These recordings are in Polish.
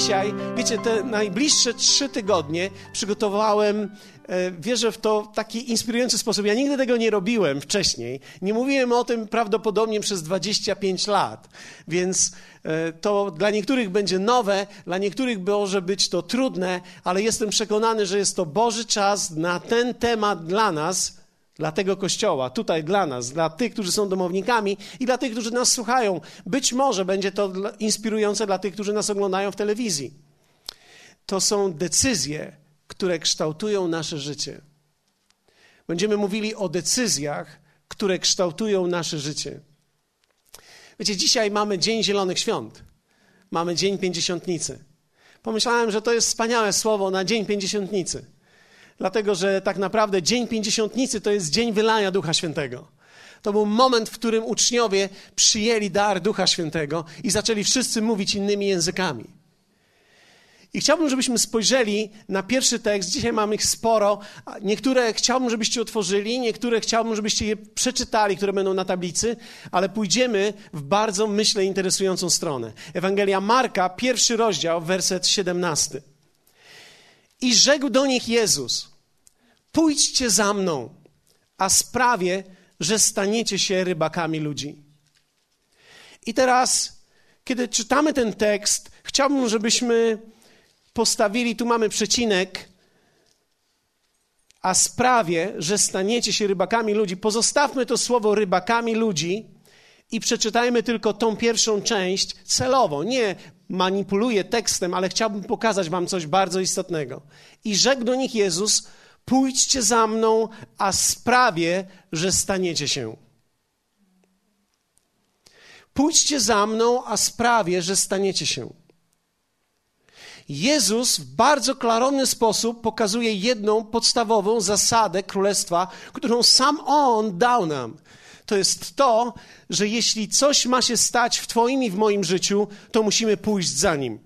dzisiaj, wiecie, te najbliższe 3 tygodnie przygotowałem, wierzę w to, w taki inspirujący sposób. Ja nigdy tego nie robiłem wcześniej. Nie mówiłem o tym prawdopodobnie przez 25 lat, więc to dla niektórych będzie nowe, dla niektórych może być to trudne, ale jestem przekonany, że jest to Boży czas na ten temat dla nas, dla tego Kościoła, tutaj dla nas, dla tych, którzy są domownikami i dla tych, którzy nas słuchają. Być może będzie to inspirujące dla tych, którzy nas oglądają w telewizji. To są decyzje, które kształtują nasze życie. Będziemy mówili o decyzjach, które kształtują nasze życie. Wiecie, dzisiaj mamy Dzień Zielonych Świąt. Mamy Dzień Pięćdziesiątnicy. Pomyślałem, że to jest wspaniałe słowo na Dzień Pięćdziesiątnicy. Dlatego, że tak naprawdę Dzień Pięćdziesiątnicy to jest dzień wylania Ducha Świętego. To był moment, w którym uczniowie przyjęli dar Ducha Świętego i zaczęli wszyscy mówić innymi językami. I chciałbym, żebyśmy spojrzeli na pierwszy tekst. Dzisiaj mamy ich sporo. Niektóre chciałbym, żebyście otworzyli, niektóre chciałbym, żebyście je przeczytali, które będą na tablicy, ale pójdziemy w bardzo, myślę, interesującą stronę. Ewangelia Marka, 1 rozdział, werset 17. I rzekł do nich Jezus: pójdźcie za mną, a sprawię, że staniecie się rybakami ludzi. I teraz, kiedy czytamy ten tekst, chciałbym, żebyśmy postawili, tu mamy przecinek, a sprawię, że staniecie się rybakami ludzi. Pozostawmy to słowo rybakami ludzi i przeczytajmy tylko tą pierwszą część celowo. Nie manipuluję tekstem, ale chciałbym pokazać wam coś bardzo istotnego. I rzekł do nich Jezus: pójdźcie za mną, a sprawię, że staniecie się. Pójdźcie za mną, a sprawię, że staniecie się. Jezus w bardzo klarowny sposób pokazuje jedną podstawową zasadę Królestwa, którą sam On dał nam. To jest to, że jeśli coś ma się stać w twoim i w moim życiu, to musimy pójść za Nim.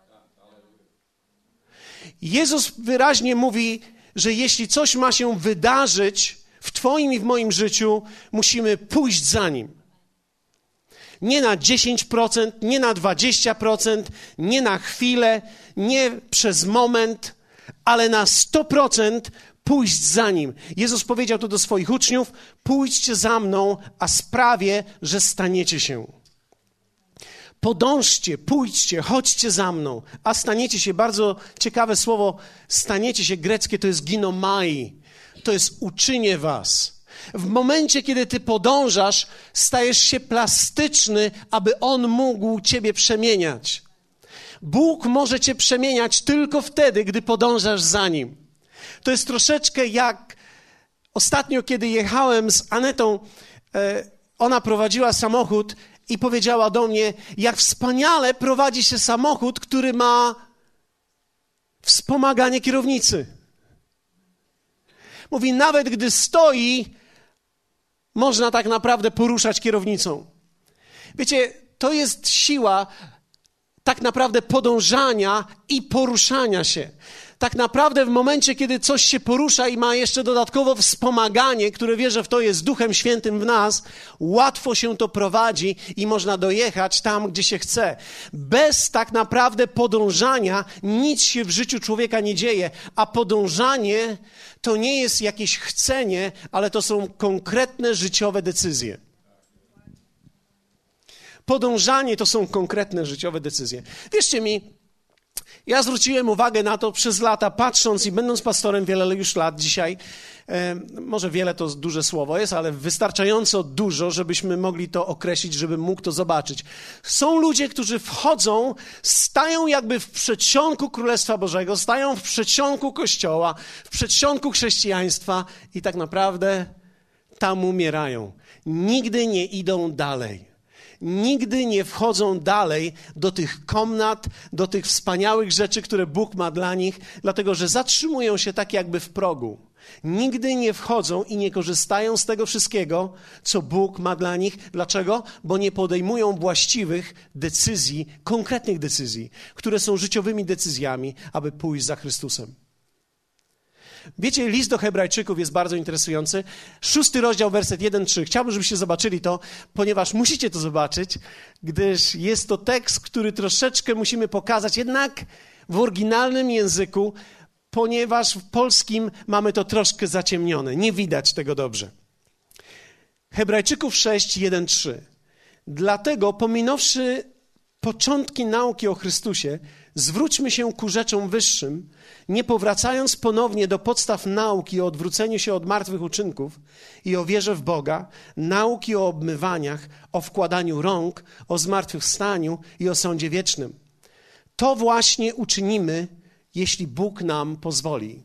Jezus wyraźnie mówi, że jeśli coś ma się wydarzyć w twoim i w moim życiu, musimy pójść za Nim. Nie na 10%, nie na 20%, nie na chwilę, nie przez moment, ale na 100% pójść za Nim. Jezus powiedział to do swoich uczniów: pójdźcie za mną, a sprawię, że staniecie się. Podążcie, pójdźcie, chodźcie za mną, a staniecie się. Bardzo ciekawe słowo staniecie się, greckie to jest ginomai. To jest uczynię was. W momencie, kiedy ty podążasz, stajesz się plastyczny, aby On mógł ciebie przemieniać. Bóg może cię przemieniać tylko wtedy, gdy podążasz za Nim. To jest troszeczkę jak ostatnio, kiedy jechałem z Anetą, ona prowadziła samochód i powiedziała do mnie, jak wspaniale prowadzi się samochód, który ma wspomaganie kierownicy. Mówi, nawet gdy stoi, można tak naprawdę poruszać kierownicą. Wiecie, to jest siła tak naprawdę podążania i poruszania się. Tak naprawdę w momencie, kiedy coś się porusza i ma jeszcze dodatkowo wspomaganie, które wierzę w to jest Duchem Świętym w nas, łatwo się to prowadzi i można dojechać tam, gdzie się chce. Bez tak naprawdę podążania nic się w życiu człowieka nie dzieje, a podążanie to nie jest jakieś chcenie, ale to są konkretne życiowe decyzje. Podążanie to są konkretne życiowe decyzje. Wierzcie mi, ja zwróciłem uwagę na to przez lata, patrząc i będąc pastorem wiele już lat dzisiaj, może wiele to duże słowo jest, ale wystarczająco dużo, żebyśmy mogli to określić, żebym mógł to zobaczyć. Są ludzie, którzy wchodzą, stają jakby w przedsionku Królestwa Bożego, stają w przedsionku Kościoła, w przedsionku chrześcijaństwa i tak naprawdę tam umierają. Nigdy nie idą dalej. Nigdy nie wchodzą dalej do tych komnat, do tych wspaniałych rzeczy, które Bóg ma dla nich, dlatego że zatrzymują się tak jakby w progu. Nigdy nie wchodzą i nie korzystają z tego wszystkiego, co Bóg ma dla nich. Dlaczego? Bo nie podejmują właściwych decyzji, konkretnych decyzji, które są życiowymi decyzjami, aby pójść za Chrystusem. Wiecie, list do Hebrajczyków jest bardzo interesujący. 6 rozdział, werset 1-3. Chciałbym, żebyście zobaczyli to, ponieważ musicie to zobaczyć, gdyż jest to tekst, który troszeczkę musimy pokazać jednak w oryginalnym języku, ponieważ w polskim mamy to troszkę zaciemnione. Nie widać tego dobrze. Hebrajczyków 6, 1-3. Dlatego, pominąwszy początki nauki o Chrystusie, zwróćmy się ku rzeczom wyższym, nie powracając ponownie do podstaw nauki o odwróceniu się od martwych uczynków i o wierze w Boga, nauki o obmywaniach, o wkładaniu rąk, o zmartwychwstaniu i o sądzie wiecznym. To właśnie uczynimy, jeśli Bóg nam pozwoli.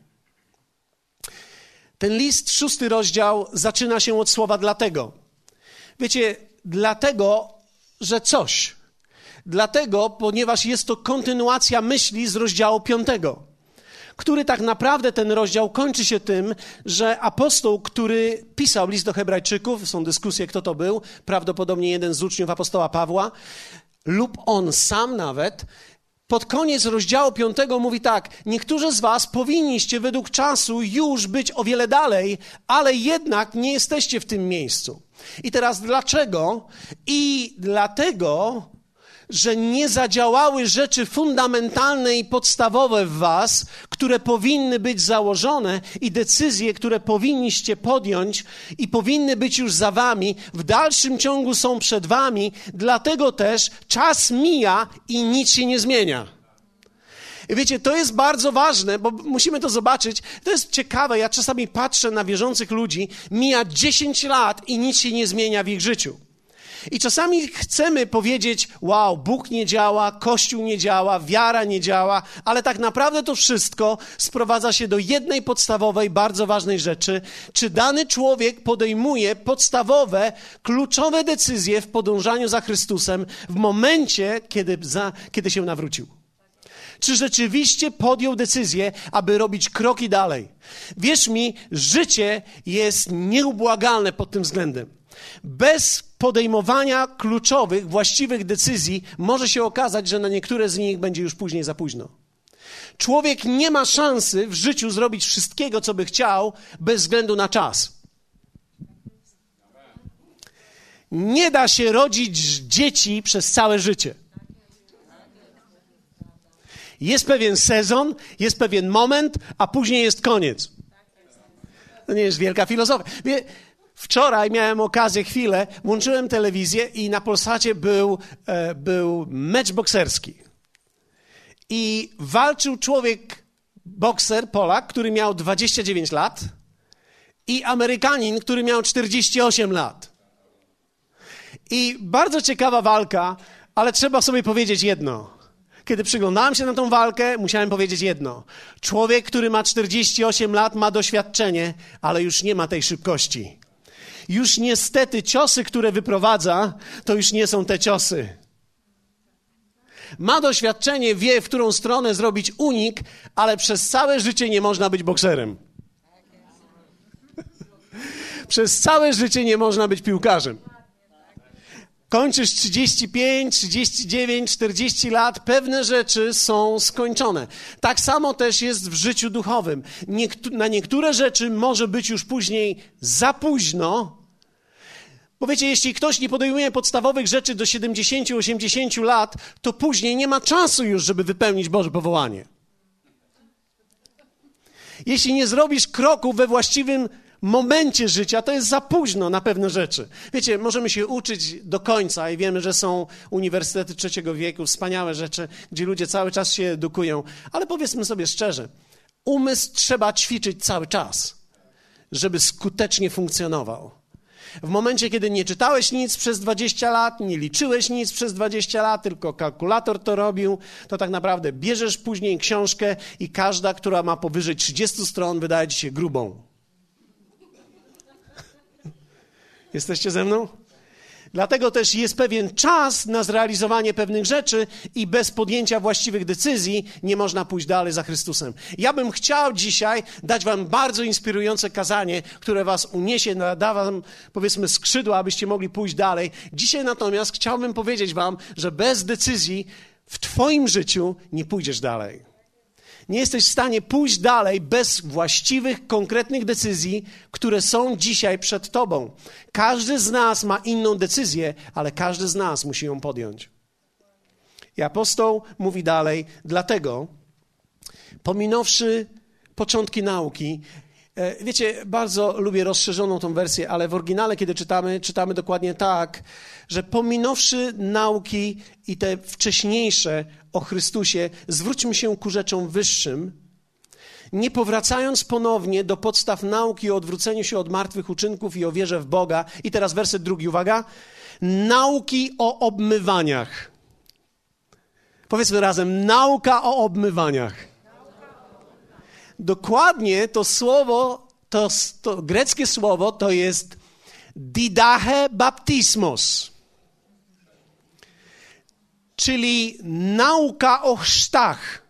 Ten list, 6 rozdział, zaczyna się od słowa dlatego. Wiecie, dlatego, że coś. Dlatego, ponieważ jest to kontynuacja myśli z rozdziału 5, który tak naprawdę ten rozdział kończy się tym, że apostoł, który pisał list do Hebrajczyków, są dyskusje, kto to był, prawdopodobnie jeden z uczniów apostoła Pawła, lub on sam nawet, pod koniec rozdziału 5 mówi tak: niektórzy z was powinniście według czasu już być o wiele dalej, ale jednak nie jesteście w tym miejscu. I teraz dlaczego? I dlatego, że nie zadziałały rzeczy fundamentalne i podstawowe w was, które powinny być założone, i decyzje, które powinniście podjąć i powinny być już za wami, w dalszym ciągu są przed wami, dlatego też czas mija i nic się nie zmienia. I wiecie, to jest bardzo ważne, bo musimy to zobaczyć. To jest ciekawe, ja czasami patrzę na wierzących ludzi, mija 10 lat i nic się nie zmienia w ich życiu. I czasami chcemy powiedzieć: wow, Bóg nie działa, Kościół nie działa, wiara nie działa, ale tak naprawdę to wszystko sprowadza się do jednej podstawowej, bardzo ważnej rzeczy. Czy dany człowiek podejmuje podstawowe, kluczowe decyzje w podążaniu za Chrystusem w momencie, kiedy się nawrócił? Czy rzeczywiście podjął decyzję, aby robić kroki dalej? Wierz mi, życie jest nieubłagalne pod tym względem. Bez podejmowania kluczowych, właściwych decyzji może się okazać, że na niektóre z nich będzie już później za późno. Człowiek nie ma szansy w życiu zrobić wszystkiego, co by chciał, bez względu na czas. Nie da się rodzić dzieci przez całe życie. Jest pewien sezon, jest pewien moment, a później jest koniec. To nie jest wielka filozofia. Wczoraj miałem okazję, chwilę, włączyłem telewizję i na Polsacie był mecz bokserski. I walczył człowiek, bokser, Polak, który miał 29 lat, i Amerykanin, który miał 48 lat. I bardzo ciekawa walka, ale trzeba sobie powiedzieć jedno. Kiedy przyglądałem się na tą walkę, musiałem powiedzieć jedno. Człowiek, który ma 48 lat, ma doświadczenie, ale już nie ma tej szybkości. Już niestety ciosy, które wyprowadza, to już nie są te ciosy. Ma doświadczenie, wie, w którą stronę zrobić unik, ale przez całe życie nie można być bokserem. Przez całe życie nie można być piłkarzem. Kończysz 35, 39, 40 lat, pewne rzeczy są skończone. Tak samo też jest w życiu duchowym. Na niektóre rzeczy może być już później za późno. Bo wiecie, jeśli ktoś nie podejmuje podstawowych rzeczy do 70-80 lat, to później nie ma czasu już, żeby wypełnić Boże powołanie. Jeśli nie zrobisz kroku we właściwym momencie życia, to jest za późno na pewne rzeczy. Wiecie, możemy się uczyć do końca i wiemy, że są uniwersytety trzeciego wieku, wspaniałe rzeczy, gdzie ludzie cały czas się edukują, ale powiedzmy sobie szczerze, umysł trzeba ćwiczyć cały czas, żeby skutecznie funkcjonował. W momencie, kiedy nie czytałeś nic przez 20 lat, nie liczyłeś nic przez 20 lat, tylko kalkulator to robił, to tak naprawdę bierzesz później książkę i każda, która ma powyżej 30 stron, wydaje ci się grubą. Jesteście ze mną? Dlatego też jest pewien czas na zrealizowanie pewnych rzeczy i bez podjęcia właściwych decyzji nie można pójść dalej za Chrystusem. Ja bym chciał dzisiaj dać wam bardzo inspirujące kazanie, które was uniesie, da wam, powiedzmy, skrzydła, abyście mogli pójść dalej. Dzisiaj natomiast chciałbym powiedzieć wam, że bez decyzji w twoim życiu nie pójdziesz dalej. Nie jesteś w stanie pójść dalej bez właściwych, konkretnych decyzji, które są dzisiaj przed tobą. Każdy z nas ma inną decyzję, ale każdy z nas musi ją podjąć. I apostoł mówi dalej, dlatego, pominąwszy początki nauki, wiecie, bardzo lubię rozszerzoną tą wersję, ale w oryginale, kiedy czytamy dokładnie tak, że pominąwszy nauki i te wcześniejsze o Chrystusie, zwróćmy się ku rzeczom wyższym, nie powracając ponownie do podstaw nauki o odwróceniu się od martwych uczynków i o wierze w Boga. I teraz werset drugi, uwaga. Nauki o obmywaniach. Powiedzmy razem, nauka o obmywaniach. Dokładnie to słowo, to greckie słowo to jest didache baptismos, czyli nauka o chrztach.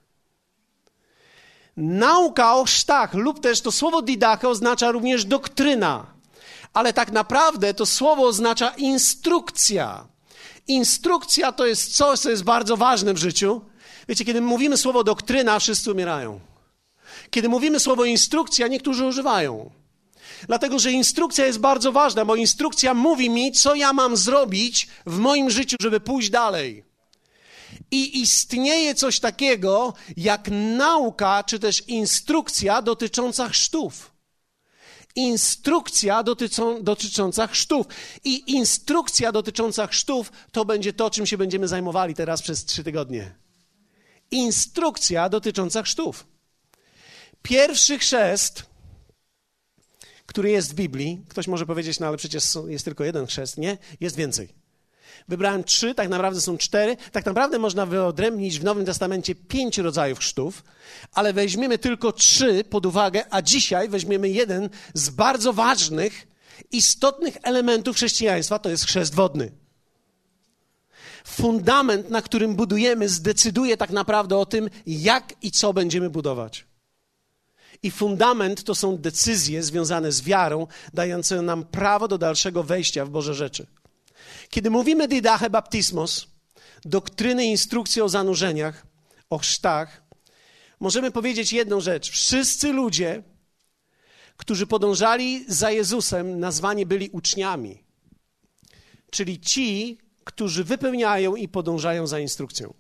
Nauka o chrztach lub też to słowo didache oznacza również doktryna, ale tak naprawdę to słowo oznacza instrukcja. Instrukcja to jest coś, co jest bardzo ważne w życiu. Wiecie, kiedy mówimy słowo doktryna, wszyscy umierają. Kiedy mówimy słowo instrukcja, niektórzy używają. Dlatego, że instrukcja jest bardzo ważna, bo instrukcja mówi mi, co ja mam zrobić w moim życiu, żeby pójść dalej. I istnieje coś takiego jak nauka, czy też instrukcja dotycząca chrztów. Instrukcja dotycząca chrztów. I instrukcja dotycząca chrztów to będzie to, czym się będziemy zajmowali teraz przez 3 tygodnie. Instrukcja dotycząca chrztów. Pierwszy chrzest, który jest w Biblii, ktoś może powiedzieć, no ale przecież jest tylko jeden chrzest. Nie, jest więcej. Wybrałem 3, tak naprawdę są 4. Tak naprawdę można wyodrębnić w Nowym Testamencie 5 rodzajów chrztów, ale weźmiemy tylko 3 pod uwagę, a dzisiaj weźmiemy jeden z bardzo ważnych, istotnych elementów chrześcijaństwa, to jest chrzest wodny. Fundament, na którym budujemy, zdecyduje tak naprawdę o tym, jak i co będziemy budować. I fundament to są decyzje związane z wiarą, dające nam prawo do dalszego wejścia w Boże rzeczy. Kiedy mówimy didache baptismos, doktryny, instrukcje o zanurzeniach, o chrztach, możemy powiedzieć jedną rzecz. Wszyscy ludzie, którzy podążali za Jezusem, nazwani byli uczniami. Czyli ci, którzy wypełniają i podążają za instrukcją.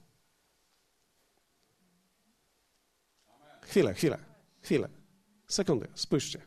Chwilę. Sekundę, spójrzcie.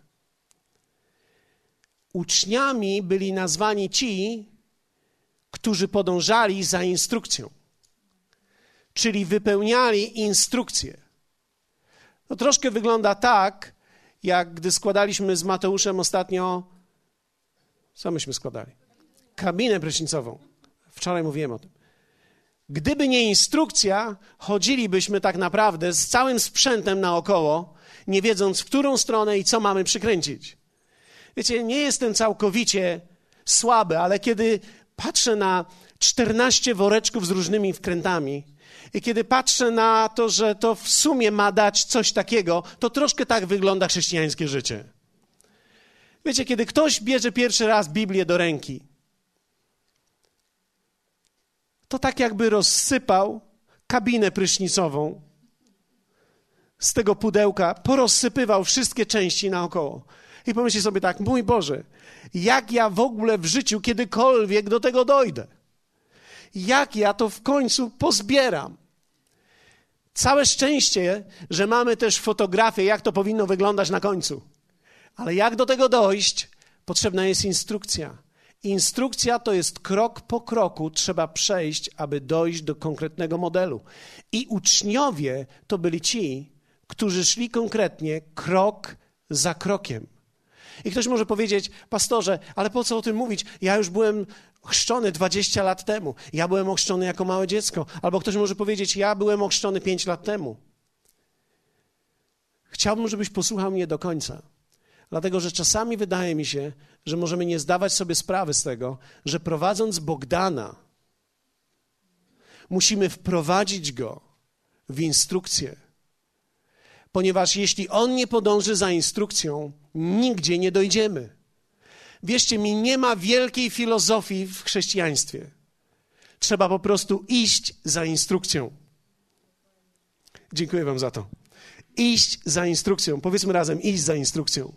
Uczniami byli nazwani ci, którzy podążali za instrukcją. Czyli wypełniali instrukcję. To troszkę wygląda tak, jak gdy składaliśmy z Mateuszem ostatnio... Co myśmy składali? Kabinę prysznicową. Wczoraj mówiłem o tym. Gdyby nie instrukcja, chodzilibyśmy tak naprawdę z całym sprzętem naokoło, nie wiedząc, w którą stronę i co mamy przykręcić. Wiecie, nie jestem całkowicie słaby, ale kiedy patrzę na 14 woreczków z różnymi wkrętami i kiedy patrzę na to, że to w sumie ma dać coś takiego, to troszkę tak wygląda chrześcijańskie życie. Wiecie, kiedy ktoś bierze pierwszy raz Biblię do ręki, to tak jakby rozsypał kabinę prysznicową z tego pudełka, porozsypywał wszystkie części naokoło. I pomyśli sobie tak, mój Boże, jak ja w ogóle w życiu kiedykolwiek do tego dojdę? Jak ja to w końcu pozbieram? Całe szczęście, że mamy też fotografię, jak to powinno wyglądać na końcu. Ale jak do tego dojść, potrzebna jest instrukcja. Instrukcja to jest krok po kroku, trzeba przejść, aby dojść do konkretnego modelu. I uczniowie to byli ci, którzy szli konkretnie krok za krokiem. I ktoś może powiedzieć, pastorze, ale po co o tym mówić? Ja już byłem chrzczony 20 lat temu. Ja byłem ochrzczony jako małe dziecko. Albo ktoś może powiedzieć, ja byłem ochrzczony 5 lat temu. Chciałbym, żebyś posłuchał mnie do końca. Dlatego, że czasami wydaje mi się, że możemy nie zdawać sobie sprawy z tego, że prowadząc Bogdana, musimy wprowadzić go w instrukcję. Ponieważ jeśli on nie podąży za instrukcją, nigdzie nie dojdziemy. Wierzcie mi, nie ma wielkiej filozofii w chrześcijaństwie. Trzeba po prostu iść za instrukcją. Dziękuję wam za to. Iść za instrukcją. Powiedzmy razem, iść za instrukcją.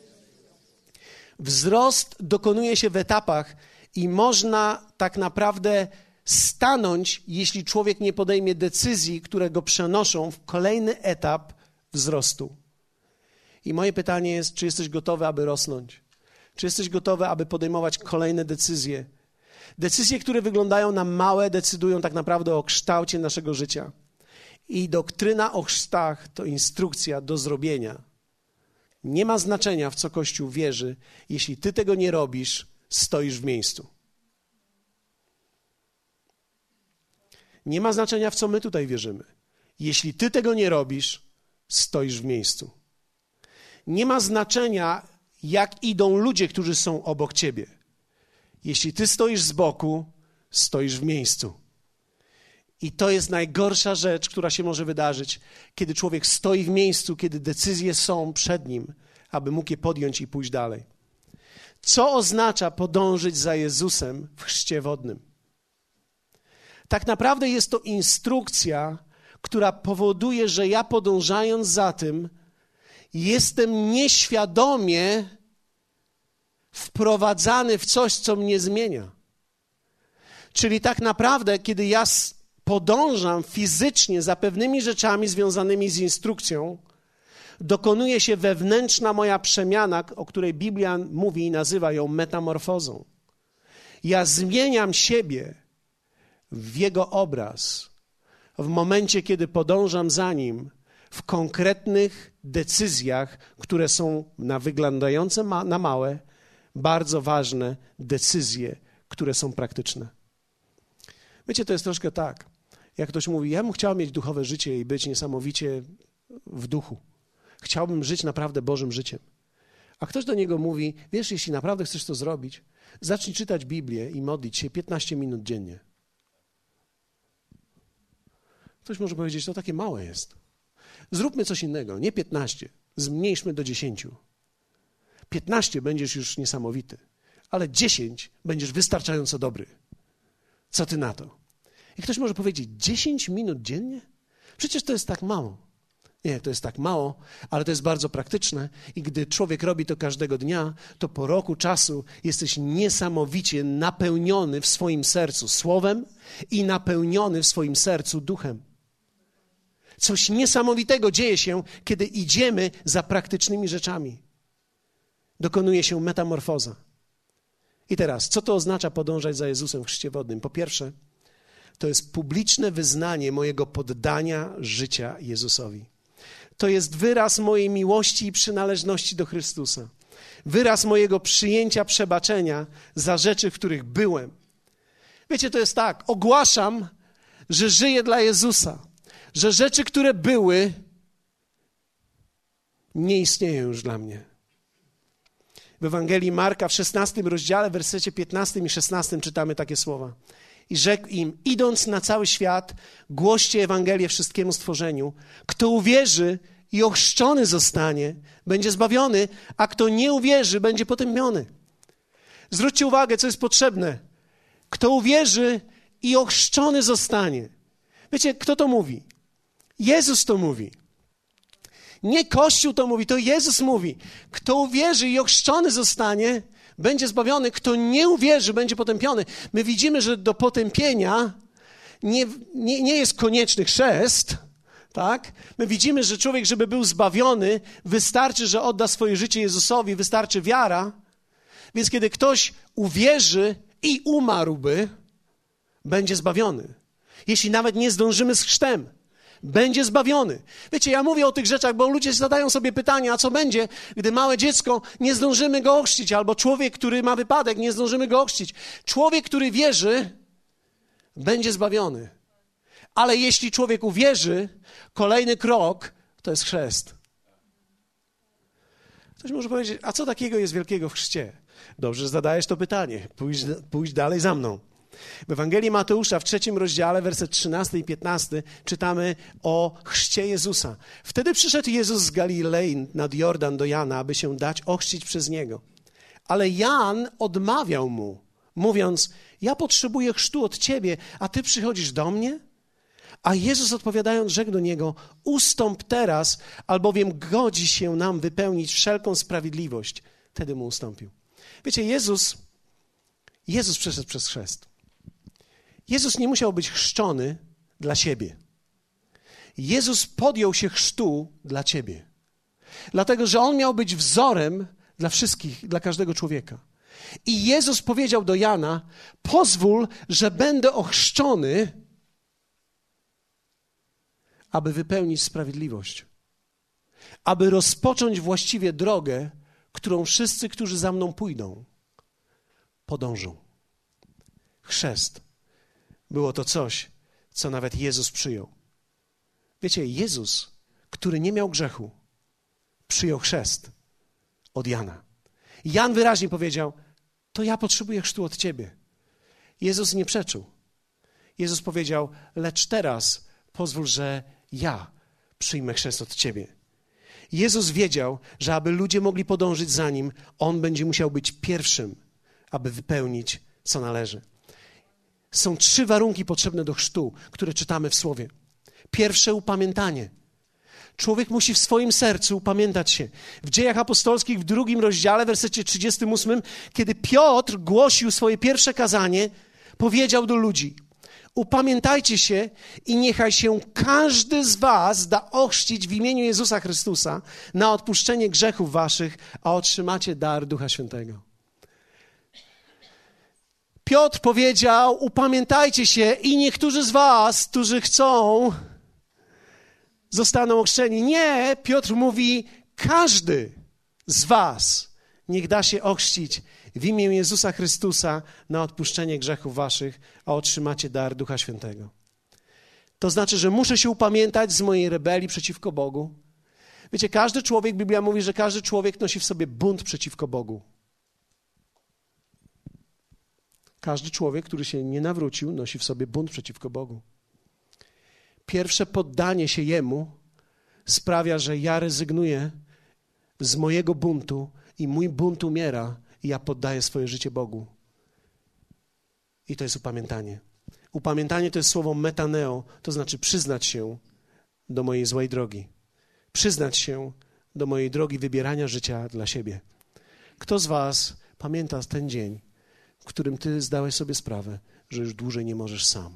Wzrost dokonuje się w etapach i można tak naprawdę stanąć, jeśli człowiek nie podejmie decyzji, które go przenoszą w kolejny etap wzrostu. I moje pytanie jest, czy jesteś gotowy, aby rosnąć? Czy jesteś gotowy, aby podejmować kolejne decyzje? Decyzje, które wyglądają na małe, decydują tak naprawdę o kształcie naszego życia. I doktryna o chrztach to instrukcja do zrobienia. Nie ma znaczenia, w co Kościół wierzy. Jeśli ty tego nie robisz, stoisz w miejscu. Nie ma znaczenia, w co my tutaj wierzymy. Jeśli ty tego nie robisz, stoisz w miejscu. Nie ma znaczenia, jak idą ludzie, którzy są obok ciebie. Jeśli ty stoisz z boku, stoisz w miejscu. I to jest najgorsza rzecz, która się może wydarzyć, kiedy człowiek stoi w miejscu, kiedy decyzje są przed nim, aby mógł je podjąć i pójść dalej. Co oznacza podążyć za Jezusem w chrzcie wodnym? Tak naprawdę jest to instrukcja, która powoduje, że ja podążając za tym, jestem nieświadomie wprowadzany w coś, co mnie zmienia. Czyli tak naprawdę, kiedy ja podążam fizycznie za pewnymi rzeczami związanymi z instrukcją, dokonuje się wewnętrzna moja przemiana, o której Biblia mówi i nazywa ją metamorfozą. Ja zmieniam siebie w Jego obraz w momencie, kiedy podążam za Nim w konkretnych decyzjach, które są wyglądające na małe, bardzo ważne decyzje, które są praktyczne. Wiecie, to jest troszkę tak, jak ktoś mówi, ja bym chciał mieć duchowe życie i być niesamowicie w duchu. Chciałbym żyć naprawdę Bożym życiem. A ktoś do niego mówi, wiesz, jeśli naprawdę chcesz to zrobić, zacznij czytać Biblię i modlić się 15 minut dziennie. Ktoś może powiedzieć, to takie małe jest. Zróbmy coś innego, nie 15, zmniejszmy do 10. 15 będziesz już niesamowity, ale 10 będziesz wystarczająco dobry. Co ty na to? I ktoś może powiedzieć, 10 minut dziennie? Przecież to jest tak mało. Nie, to jest tak mało, ale to jest bardzo praktyczne i gdy człowiek robi to każdego dnia, to po roku czasu jesteś niesamowicie napełniony w swoim sercu słowem i napełniony w swoim sercu duchem. Coś niesamowitego dzieje się, kiedy idziemy za praktycznymi rzeczami. Dokonuje się metamorfoza. I teraz, co to oznacza podążać za Jezusem w chrzcie wodnym? Po pierwsze, to jest publiczne wyznanie mojego poddania życia Jezusowi. To jest wyraz mojej miłości i przynależności do Chrystusa. Wyraz mojego przyjęcia przebaczenia za rzeczy, w których byłem. Wiecie, to jest tak, ogłaszam, że żyję dla Jezusa, że rzeczy, które były, nie istnieją już dla mnie. W Ewangelii Marka w 16 rozdziale, w wersecie 15 i 16 czytamy takie słowa. I rzekł im, idąc na cały świat, głoście Ewangelię wszystkiemu stworzeniu. Kto uwierzy i ochrzczony zostanie, będzie zbawiony, a kto nie uwierzy, będzie potępiony. Zwróćcie uwagę, co jest potrzebne. Kto uwierzy i ochrzczony zostanie. Wiecie, kto to mówi? Jezus to mówi. Nie Kościół to mówi, to Jezus mówi. Kto uwierzy i ochrzczony zostanie, będzie zbawiony. Kto nie uwierzy, będzie potępiony. My widzimy, że do potępienia nie jest konieczny chrzest, tak? My widzimy, że człowiek, żeby był zbawiony, wystarczy, że odda swoje życie Jezusowi, wystarczy wiara. Więc kiedy ktoś uwierzy i umarłby, będzie zbawiony. Jeśli nawet nie zdążymy z chrztem, będzie zbawiony. Wiecie, ja mówię o tych rzeczach, bo ludzie zadają sobie pytania, a co będzie, gdy małe dziecko nie zdążymy go ochrzcić, albo człowiek, który ma wypadek, nie zdążymy go ochrzcić. Człowiek, który wierzy, będzie zbawiony. Ale jeśli człowiek uwierzy, kolejny krok to jest chrzest. Ktoś może powiedzieć, a co takiego jest wielkiego w chrzcie? Dobrze, że zadajesz to pytanie. Pójdź dalej za mną. W Ewangelii Mateusza w 3 rozdziale, werset 13 i 15 czytamy o chrzcie Jezusa. Wtedy przyszedł Jezus z Galilei nad Jordan do Jana, aby się dać ochrzcić przez Niego. Ale Jan odmawiał mu, mówiąc, ja potrzebuję chrztu od Ciebie, a Ty przychodzisz do mnie? A Jezus odpowiadając rzekł do niego: ustąp teraz, albowiem godzi się nam wypełnić wszelką sprawiedliwość. Wtedy mu ustąpił. Wiecie, Jezus przeszedł przez chrzest. Jezus nie musiał być chrzczony dla siebie. Jezus podjął się chrztu dla ciebie. Dlatego, że On miał być wzorem dla wszystkich, dla każdego człowieka. I Jezus powiedział do Jana: pozwól, że będę ochrzczony, aby wypełnić sprawiedliwość. Aby rozpocząć właściwie drogę, którą wszyscy, którzy za mną pójdą, podążą. Chrzest było to coś, co nawet Jezus przyjął. Wiecie, Jezus, który nie miał grzechu, przyjął chrzest od Jana. Jan wyraźnie powiedział: to ja potrzebuję chrztu od ciebie. Jezus nie przeczył. Jezus powiedział: lecz teraz pozwól, że ja przyjmę chrzest od ciebie. Jezus wiedział, że aby ludzie mogli podążyć za Nim, On będzie musiał być pierwszym, aby wypełnić, co należy. Są 3 warunki potrzebne do chrztu, które czytamy w Słowie. Pierwsze, upamiętanie. Człowiek musi w swoim sercu upamiętać się. W Dziejach Apostolskich w 2 rozdziale, w wersecie 38, kiedy Piotr głosił swoje pierwsze kazanie, powiedział do ludzi: upamiętajcie się i niechaj się każdy z was da ochrzcić w imieniu Jezusa Chrystusa na odpuszczenie grzechów waszych, a otrzymacie dar Ducha Świętego. Piotr powiedział: upamiętajcie się i niektórzy z was, którzy chcą, zostaną ochrzczeni. Nie, Piotr mówi: każdy z was niech da się ochrzcić w imię Jezusa Chrystusa na odpuszczenie grzechów waszych, a otrzymacie dar Ducha Świętego. To znaczy, że muszę się upamiętać z mojej rebelii przeciwko Bogu. Wiecie, każdy człowiek, Biblia mówi, że każdy człowiek nosi w sobie bunt przeciwko Bogu. Każdy człowiek, który się nie nawrócił, nosi w sobie bunt przeciwko Bogu. Pierwsze poddanie się Jemu sprawia, że ja rezygnuję z mojego buntu i mój bunt umiera i ja poddaję swoje życie Bogu. I to jest upamiętanie. Upamiętanie to jest słowo metaneo, to znaczy przyznać się do mojej złej drogi. Przyznać się do mojej drogi wybierania życia dla siebie. Kto z was pamięta ten dzień, w którym ty zdałeś sobie sprawę, że już dłużej nie możesz sam?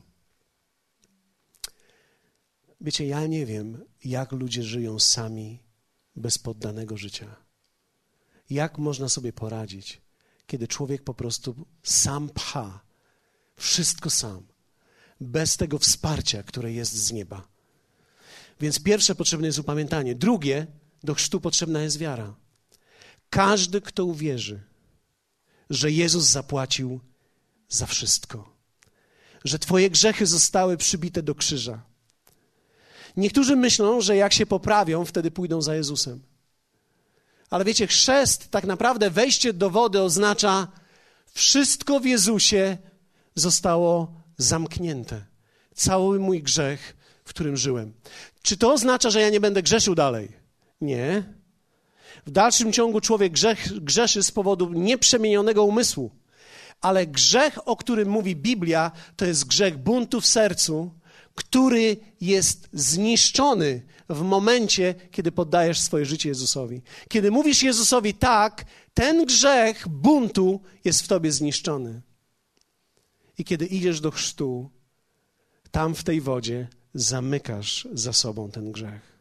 Wiecie, ja nie wiem, jak ludzie żyją sami bez poddanego życia. Jak można sobie poradzić, kiedy człowiek po prostu sam pcha, wszystko sam, bez tego wsparcia, które jest z nieba. Więc pierwsze potrzebne jest upamiętanie. Drugie, do chrztu potrzebna jest wiara. Każdy, kto uwierzy, że Jezus zapłacił za wszystko, że twoje grzechy zostały przybite do krzyża. Niektórzy myślą, że jak się poprawią, wtedy pójdą za Jezusem. Ale wiecie, chrzest, tak naprawdę wejście do wody oznacza: wszystko w Jezusie zostało zamknięte. Cały mój grzech, w którym żyłem. Czy to oznacza, że ja nie będę grzeszył dalej? Nie. W dalszym ciągu człowiek grzeszy z powodu nieprzemienionego umysłu. Ale grzech, o którym mówi Biblia, to jest grzech buntu w sercu, który jest zniszczony w momencie, kiedy poddajesz swoje życie Jezusowi. Kiedy mówisz Jezusowi tak, ten grzech buntu jest w tobie zniszczony. I kiedy idziesz do chrztu, tam w tej wodzie zamykasz za sobą ten grzech.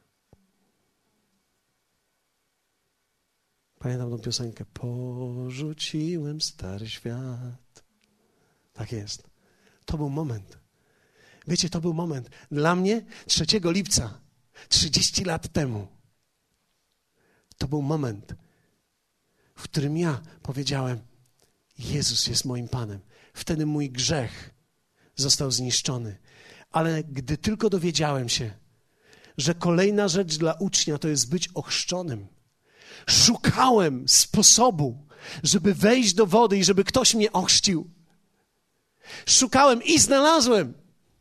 Pamiętam tą piosenkę: porzuciłem stary świat. Tak jest. To był moment. Wiecie, to był moment. Dla mnie 3 lipca, 30 lat temu, to był moment, w którym ja powiedziałem: Jezus jest moim Panem. Wtedy mój grzech został zniszczony. Ale gdy tylko dowiedziałem się, że kolejna rzecz dla ucznia to jest być ochrzczonym, szukałem sposobu, żeby wejść do wody i żeby ktoś mnie ochrzcił. Szukałem i znalazłem.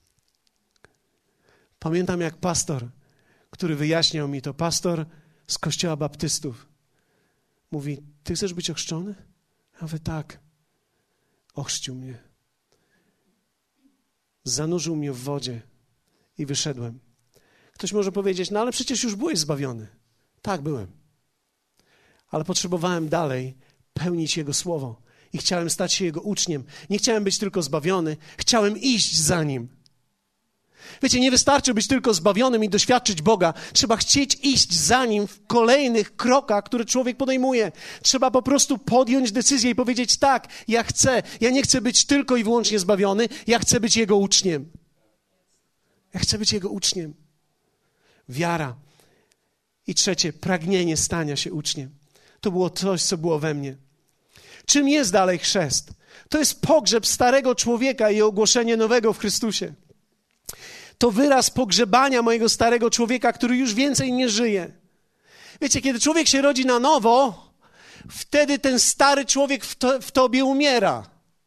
Pamiętam, jak pastor, który wyjaśniał mi to, pastor z kościoła baptystów, mówi: ty chcesz być ochrzczony? Ja mówię: tak. Ochrzcił mnie. Zanurzył mnie w wodzie i wyszedłem. Ktoś może powiedzieć, no ale przecież już byłeś zbawiony. Tak, byłem. Ale potrzebowałem dalej pełnić Jego słowo i chciałem stać się Jego uczniem. Nie chciałem być tylko zbawiony, chciałem iść za Nim. Wiecie, nie wystarczy być tylko zbawionym i doświadczyć Boga. Trzeba chcieć iść za Nim w kolejnych krokach, które człowiek podejmuje. Trzeba po prostu podjąć decyzję i powiedzieć tak, ja chcę. Ja nie chcę być tylko i wyłącznie zbawiony, ja chcę być Jego uczniem. Ja chcę być Jego uczniem. Wiara. I trzecie, pragnienie stania się uczniem. To było coś, co było we mnie. Czym jest dalej chrzest? To jest pogrzeb starego człowieka i ogłoszenie nowego w Chrystusie. To wyraz pogrzebania mojego starego człowieka, który już więcej nie żyje. Wiecie, kiedy człowiek się rodzi na nowo, wtedy ten stary człowiek w tobie umiera.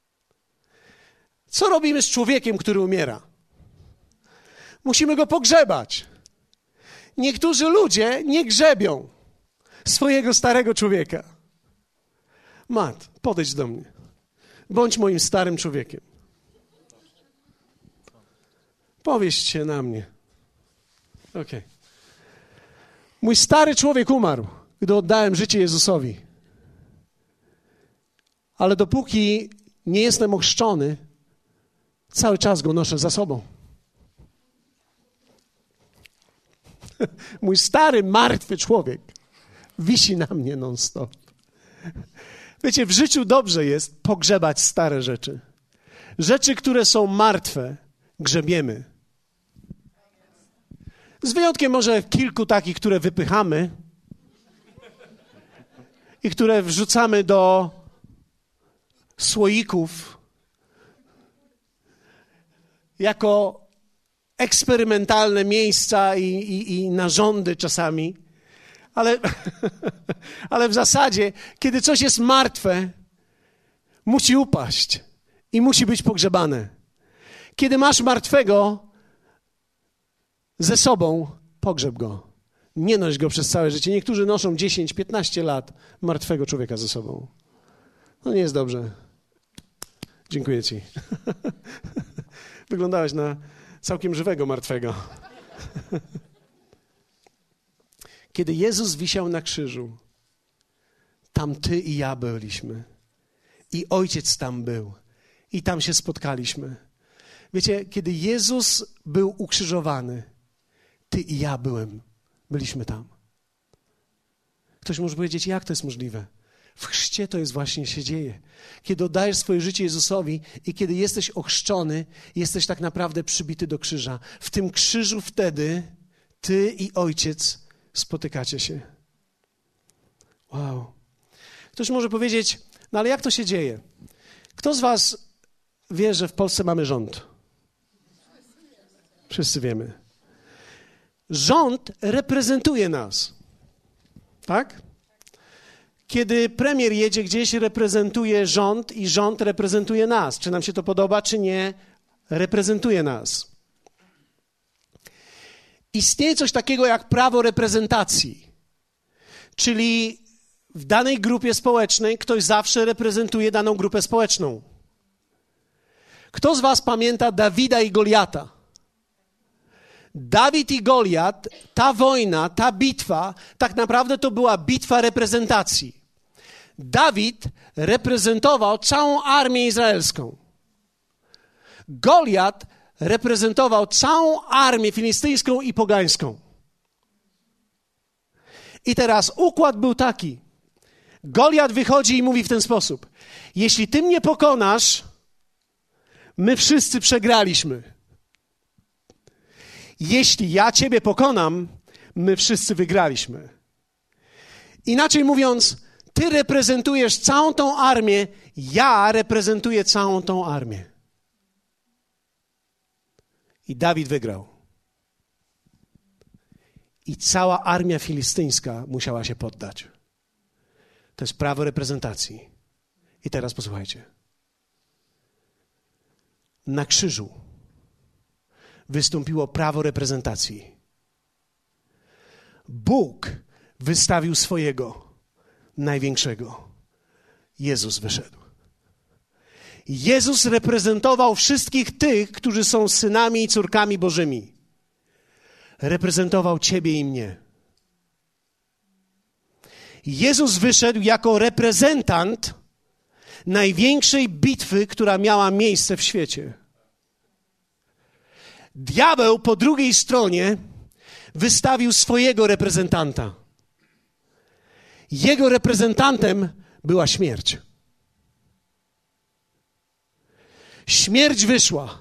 Co robimy z człowiekiem, który umiera? Musimy go pogrzebać. Niektórzy ludzie nie grzebią swojego starego człowieka. Matt, podejdź do mnie. Bądź moim starym człowiekiem. Powieś się na mnie. Okej. Mój stary człowiek umarł, gdy oddałem życie Jezusowi. Ale dopóki nie jestem ochrzczony, cały czas go noszę za sobą. Mój stary, martwy człowiek wisi na mnie non-stop. Wiecie, w życiu dobrze jest pogrzebać stare rzeczy. Rzeczy, które są martwe, grzebiemy. Z wyjątkiem może kilku takich, które wypychamy i które wrzucamy do słoików jako eksperymentalne miejsca i narządy czasami. Ale w zasadzie, kiedy coś jest martwe, musi upaść i musi być pogrzebane. Kiedy masz martwego ze sobą, pogrzeb go. Nie noś go przez całe życie. Niektórzy noszą 10-15 lat martwego człowieka ze sobą. No nie jest dobrze. Dziękuję ci. Wyglądałeś na całkiem żywego martwego. Kiedy Jezus wisiał na krzyżu, tam ty i ja byliśmy. I Ojciec tam był. I tam się spotkaliśmy. Wiecie, kiedy Jezus był ukrzyżowany, ty i ja byliśmy tam. Ktoś może powiedzieć, jak to jest możliwe? W chrzcie to jest właśnie się dzieje. Kiedy oddajesz swoje życie Jezusowi i kiedy jesteś ochrzczony, jesteś tak naprawdę przybity do krzyża. W tym krzyżu wtedy ty i Ojciec spotykacie się. Wow. Ktoś może powiedzieć, no ale jak to się dzieje? Kto z was wie, że w Polsce mamy rząd? Wszyscy wiemy. Rząd reprezentuje nas. Tak? Kiedy premier jedzie gdzieś, reprezentuje rząd i rząd reprezentuje nas. Czy nam się to podoba, czy nie, reprezentuje nas. Istnieje coś takiego jak prawo reprezentacji. Czyli w danej grupie społecznej ktoś zawsze reprezentuje daną grupę społeczną. Kto z was pamięta Dawida i Goliata? Dawid i Goliat, ta wojna, ta bitwa, tak naprawdę to była bitwa reprezentacji. Dawid reprezentował całą armię izraelską. Goliat reprezentował całą armię filistyjską i pogańską. I teraz układ był taki. Goliat wychodzi i mówi w ten sposób. Jeśli ty mnie pokonasz, my wszyscy przegraliśmy. Jeśli ja ciebie pokonam, my wszyscy wygraliśmy. Inaczej mówiąc, ty reprezentujesz całą tą armię, ja reprezentuję całą tą armię. I Dawid wygrał. I cała armia filistyńska musiała się poddać. To jest prawo reprezentacji. I teraz posłuchajcie. Na krzyżu wystąpiło prawo reprezentacji. Bóg wystawił swojego największego. Jezus wyszedł. Jezus reprezentował wszystkich tych, którzy są synami i córkami Bożymi. reprezentował ciebie i mnie. Jezus wyszedł jako reprezentant największej bitwy, która miała miejsce w świecie. Diabeł po drugiej stronie wystawił swojego reprezentanta. Jego reprezentantem była śmierć. Śmierć wyszła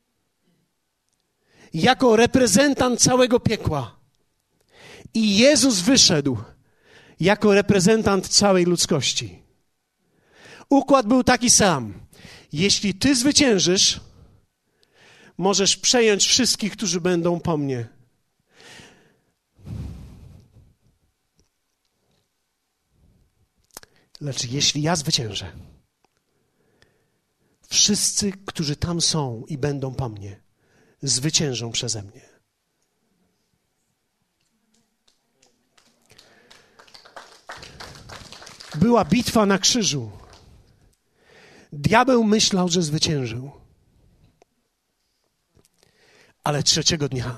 jako reprezentant całego piekła. I Jezus wyszedł jako reprezentant całej ludzkości. Układ był taki sam. Jeśli ty zwyciężysz, możesz przejąć wszystkich, którzy będą po mnie. Lecz jeśli ja zwyciężę, wszyscy, którzy tam są i będą po mnie, zwyciężą przeze mnie. Była bitwa na krzyżu. Diabeł myślał, że zwyciężył. Ale trzeciego dnia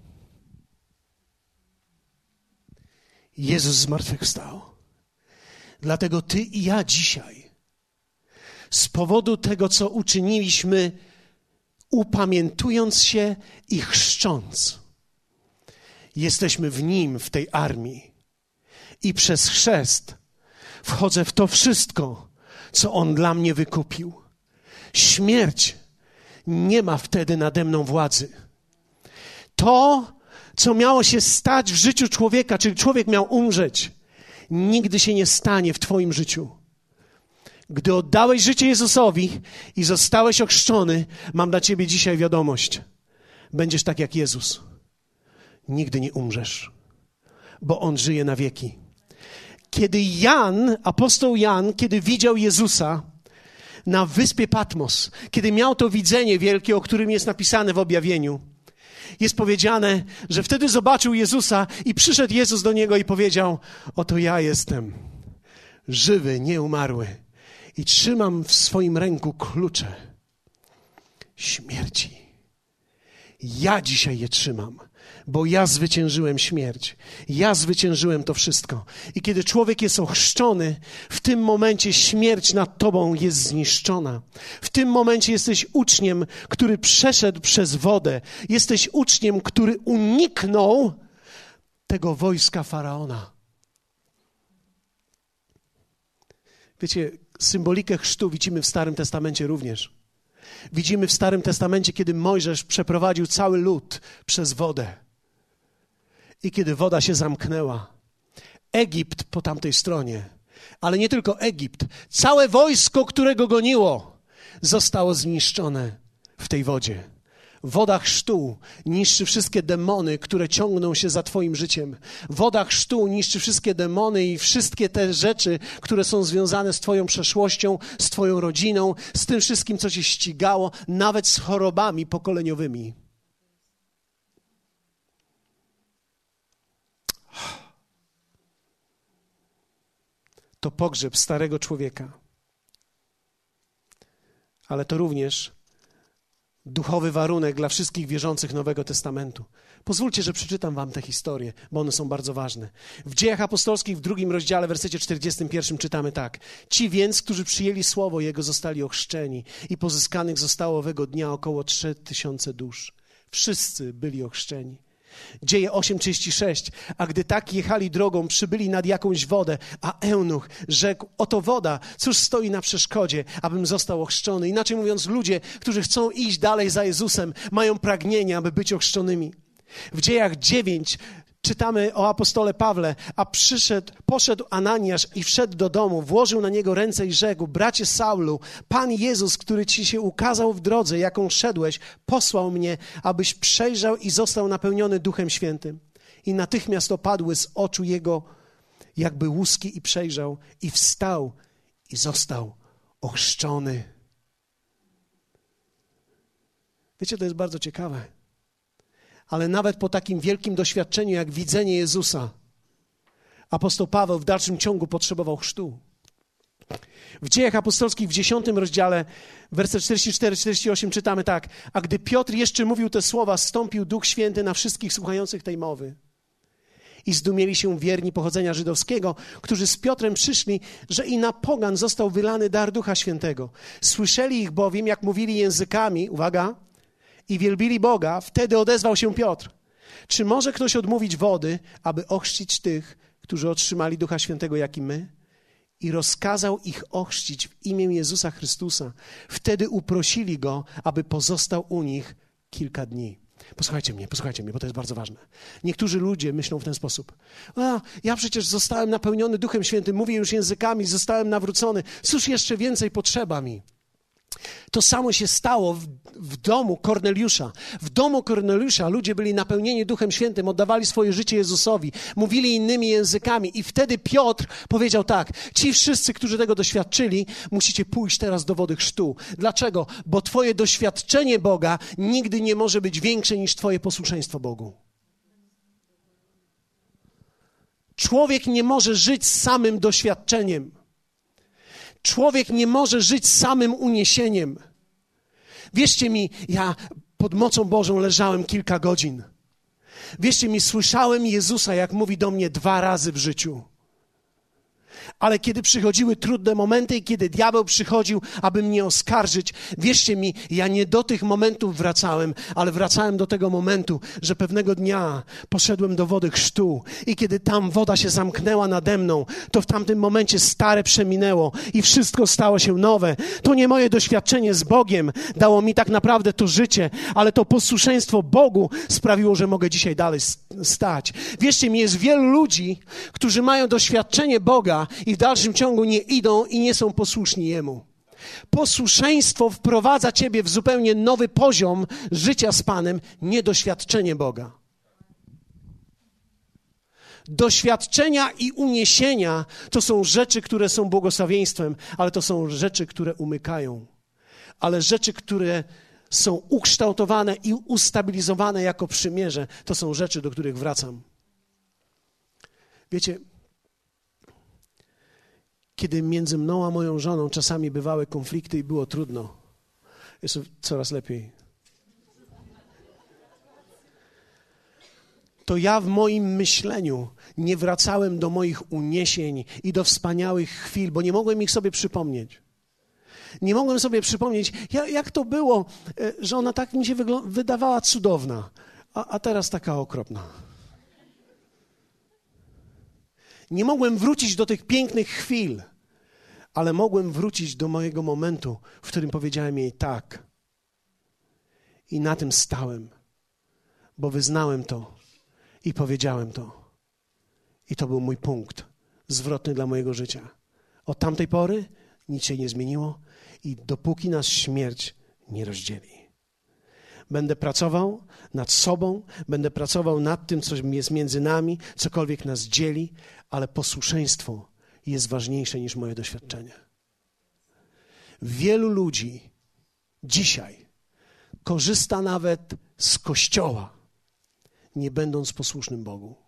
Jezus zmartwychwstał. Dlatego ty i ja dzisiaj, z powodu tego, co uczyniliśmy, upamiętując się i chrzcząc, jesteśmy w Nim, w tej armii. I przez chrzest wchodzę w to wszystko, co On dla mnie wykupił. Śmierć nie ma wtedy nade mną władzy. To, co miało się stać w życiu człowieka, czyli człowiek miał umrzeć, nigdy się nie stanie w twoim życiu. Gdy oddałeś życie Jezusowi i zostałeś ochrzczony, mam dla ciebie dzisiaj wiadomość. Będziesz tak jak Jezus. Nigdy nie umrzesz, bo On żyje na wieki. Kiedy apostoł Jan, kiedy widział Jezusa na wyspie Patmos, kiedy miał to widzenie wielkie, o którym jest napisane w objawieniu, jest powiedziane, że wtedy zobaczył Jezusa i przyszedł Jezus do niego i powiedział: oto ja jestem, żywy, nieumarły i trzymam w swoim ręku klucze śmierci. Ja dzisiaj je trzymam, bo ja zwyciężyłem śmierć. Ja zwyciężyłem to wszystko. I kiedy człowiek jest ochrzczony, w tym momencie śmierć nad tobą jest zniszczona. W tym momencie jesteś uczniem, który przeszedł przez wodę. Jesteś uczniem, który uniknął tego wojska Faraona. Wiecie, symbolikę chrztu widzimy w Starym Testamencie również. Widzimy w Starym Testamencie, kiedy Mojżesz przeprowadził cały lud przez wodę. I kiedy woda się zamknęła, Egipt po tamtej stronie, ale nie tylko Egipt, całe wojsko, które go goniło, zostało zniszczone w tej wodzie. Woda chrztu niszczy wszystkie demony, które ciągną się za twoim życiem. Woda chrztu niszczy wszystkie demony i wszystkie te rzeczy, które są związane z twoją przeszłością, z twoją rodziną, z tym wszystkim, co cię ścigało, nawet z chorobami pokoleniowymi. To pogrzeb starego człowieka. Ale to również duchowy warunek dla wszystkich wierzących Nowego Testamentu. Pozwólcie, że przeczytam wam te historie, bo one są bardzo ważne. W Dziejach Apostolskich w 2 rozdziale, wersecie 41 czytamy tak. Ci więc, którzy przyjęli słowo Jego, zostali ochrzczeni i pozyskanych zostało owego dnia około 3000 dusz. Wszyscy byli ochrzczeni. Dzieje 8:36. A gdy tak jechali drogą, przybyli nad jakąś wodę, a eunuch rzekł: oto woda, cóż stoi na przeszkodzie, abym został ochrzczony. Inaczej mówiąc, ludzie, którzy chcą iść dalej za Jezusem, mają pragnienie, aby być ochrzczonymi. W Dziejach 9 czytamy o apostole Pawle, a poszedł Ananiasz i wszedł do domu, włożył na niego ręce i rzekł: bracie Saulu, Pan Jezus, który ci się ukazał w drodze, jaką szedłeś, posłał mnie, abyś przejrzał i został napełniony Duchem Świętym. I natychmiast opadły z oczu jego jakby łuski i przejrzał i wstał i został ochrzczony. Wiecie, to jest bardzo ciekawe. Ale nawet po takim wielkim doświadczeniu jak widzenie Jezusa, apostoł Paweł w dalszym ciągu potrzebował chrztu. W Dziejach Apostolskich w 10 rozdziale, werset 44-48 czytamy tak. A gdy Piotr jeszcze mówił te słowa, zstąpił Duch Święty na wszystkich słuchających tej mowy. I zdumieli się wierni pochodzenia żydowskiego, którzy z Piotrem przyszli, że i na pogan został wylany dar Ducha Świętego. Słyszeli ich bowiem, jak mówili językami, uwaga, i wielbili Boga. Wtedy odezwał się Piotr. Czy może ktoś odmówić wody, aby ochrzcić tych, którzy otrzymali Ducha Świętego, jak i my? I rozkazał ich ochrzcić w imię Jezusa Chrystusa. Wtedy uprosili Go, aby pozostał u nich kilka dni. Posłuchajcie mnie, bo to jest bardzo ważne. Niektórzy ludzie myślą w ten sposób. Ja przecież zostałem napełniony Duchem Świętym, mówię już językami, zostałem nawrócony. Cóż jeszcze więcej potrzeba mi? To samo się stało w domu Korneliusza. W domu Korneliusza ludzie byli napełnieni Duchem Świętym, oddawali swoje życie Jezusowi, mówili innymi językami. I wtedy Piotr powiedział tak, ci wszyscy, którzy tego doświadczyli, musicie pójść teraz do wody chrztu. Dlaczego? Bo twoje doświadczenie Boga nigdy nie może być większe niż twoje posłuszeństwo Bogu. Człowiek nie może żyć samym doświadczeniem. Człowiek nie może żyć samym uniesieniem. Wierzcie mi, ja pod mocą Bożą leżałem kilka godzin. Wierzcie mi, słyszałem Jezusa, jak mówi do mnie 2 razy w życiu. Ale kiedy przychodziły trudne momenty i kiedy diabeł przychodził, aby mnie oskarżyć, wierzcie mi, ja nie do tych momentów wracałem, ale wracałem do tego momentu, że pewnego dnia poszedłem do wody chrztu i kiedy tam woda się zamknęła nade mną, to w tamtym momencie stare przeminęło i wszystko stało się nowe. To nie moje doświadczenie z Bogiem dało mi tak naprawdę to życie, ale to posłuszeństwo Bogu sprawiło, że mogę dzisiaj dalej stać. Wierzcie mi, jest wielu ludzi, którzy mają doświadczenie Boga i w dalszym ciągu nie idą i nie są posłuszni Jemu. Posłuszeństwo wprowadza ciebie w zupełnie nowy poziom życia z Panem, nie doświadczenie Boga. Doświadczenia i uniesienia to są rzeczy, które są błogosławieństwem, ale to są rzeczy, które umykają. Ale rzeczy, które są ukształtowane i ustabilizowane jako przymierze, to są rzeczy, do których wracam. Wiecie, kiedy między mną a moją żoną czasami bywały konflikty i było trudno, jest coraz lepiej. To ja w moim myśleniu nie wracałem do moich uniesień i do wspaniałych chwil, bo nie mogłem ich sobie przypomnieć. Nie mogłem sobie przypomnieć, jak to było, że ona tak mi się wydawała cudowna, a teraz taka okropna. Nie mogłem wrócić do tych pięknych chwil, ale mogłem wrócić do mojego momentu, w którym powiedziałem jej tak. I na tym stałem, bo wyznałem to i powiedziałem to. I to był mój punkt zwrotny dla mojego życia. Od tamtej pory nic się nie zmieniło i dopóki nas śmierć nie rozdzieli. Będę pracował nad sobą, będę pracował nad tym, co jest między nami, cokolwiek nas dzieli, ale posłuszeństwo jest ważniejsze niż moje doświadczenie. Wielu ludzi dzisiaj korzysta nawet z Kościoła, nie będąc posłusznym Bogu.